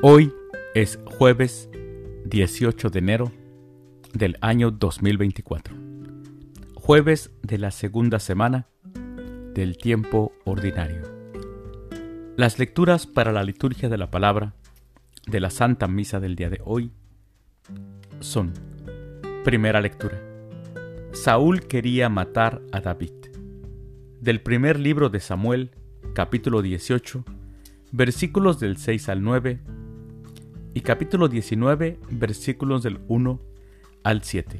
Hoy es jueves 18 de enero del año 2024, jueves de la segunda semana del tiempo ordinario. Las lecturas para la liturgia de la palabra de la Santa Misa del día de hoy son: primera lectura, Saúl quería matar a David, del primer libro de Samuel, capítulo 18, versículos del 6 al 9, y capítulo 19, versículos del 1 al 7.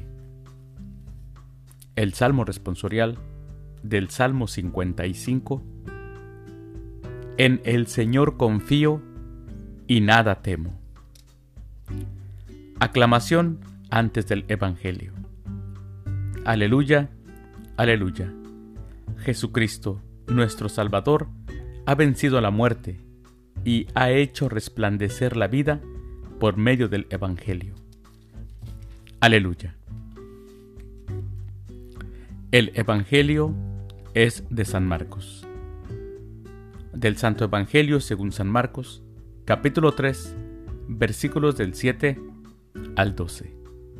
El Salmo responsorial del Salmo 55. En el Señor confío y nada temo. Aclamación antes del Evangelio. Aleluya, aleluya. Jesucristo, nuestro Salvador, ha vencido a la muerte y ha hecho resplandecer la vida por medio del Evangelio. Aleluya. El Evangelio es de San Marcos. Del Santo Evangelio según San Marcos, capítulo 3, versículos del 7 al 12.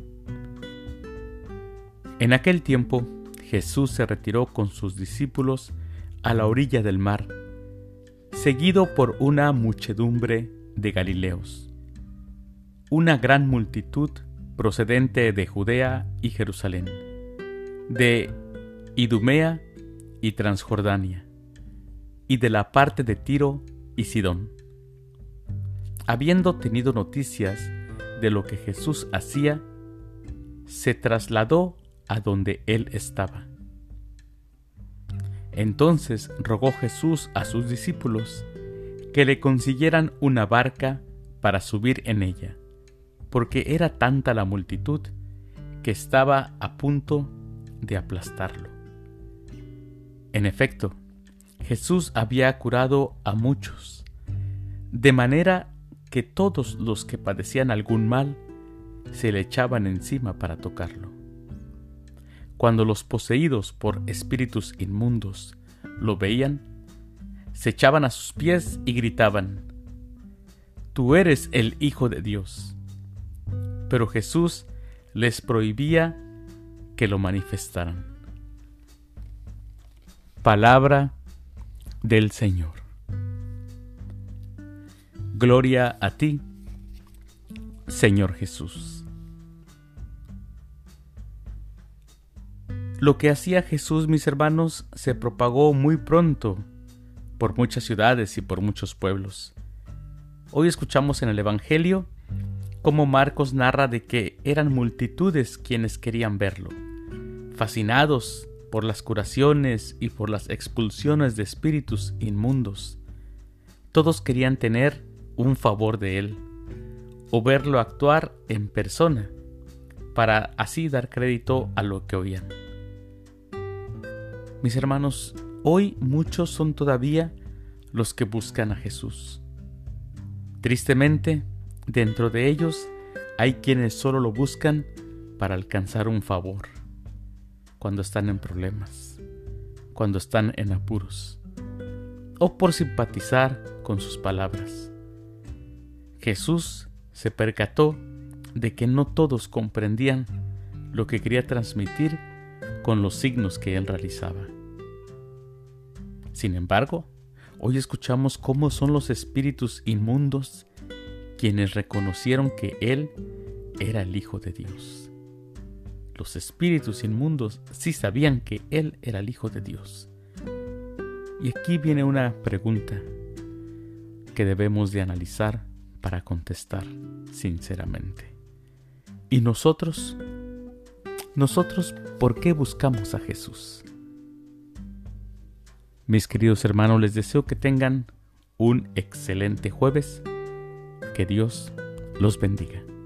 En aquel tiempo, Jesús se retiró con sus discípulos a la orilla del mar, seguido por una muchedumbre de Galileos. Una gran multitud procedente de Judea y Jerusalén, de Idumea y Transjordania, y de la parte de Tiro y Sidón. Habiendo tenido noticias de lo que Jesús hacía, se trasladó a donde él estaba. Entonces rogó Jesús a sus discípulos que le consiguieran una barca para subir en ella, porque era tanta la multitud que estaba a punto de aplastarlo. En efecto, Jesús había curado a muchos, de manera que todos los que padecían algún mal se le echaban encima para tocarlo. Cuando los poseídos por espíritus inmundos lo veían, se echaban a sus pies y gritaban: «Tú eres el Hijo de Dios». Pero Jesús les prohibía que lo manifestaran. Palabra del Señor. Gloria a ti, Señor Jesús. Lo que hacía Jesús, mis hermanos, se propagó muy pronto por muchas ciudades y por muchos pueblos. Hoy escuchamos en el Evangelio cómo Marcos narra de que eran multitudes quienes querían verlo, fascinados por las curaciones y por las expulsiones de espíritus inmundos. Todos querían tener un favor de él, o verlo actuar en persona, para así dar crédito a lo que oían. Mis hermanos, hoy muchos son todavía los que buscan a Jesús. Tristemente, dentro de ellos hay quienes solo lo buscan para alcanzar un favor, cuando están en problemas, cuando están en apuros, o por simpatizar con sus palabras. Jesús se percató de que no todos comprendían lo que quería transmitir con los signos que él realizaba. Sin embargo, hoy escuchamos cómo son los espíritus inmundos quienes reconocieron que él era el Hijo de Dios. Los espíritus inmundos sí sabían que él era el Hijo de Dios. Y aquí viene una pregunta que debemos de analizar para contestar sinceramente. ¿Y nosotros? ¿Nosotros por qué buscamos a Jesús? Mis queridos hermanos, les deseo que tengan un excelente jueves. Que Dios los bendiga.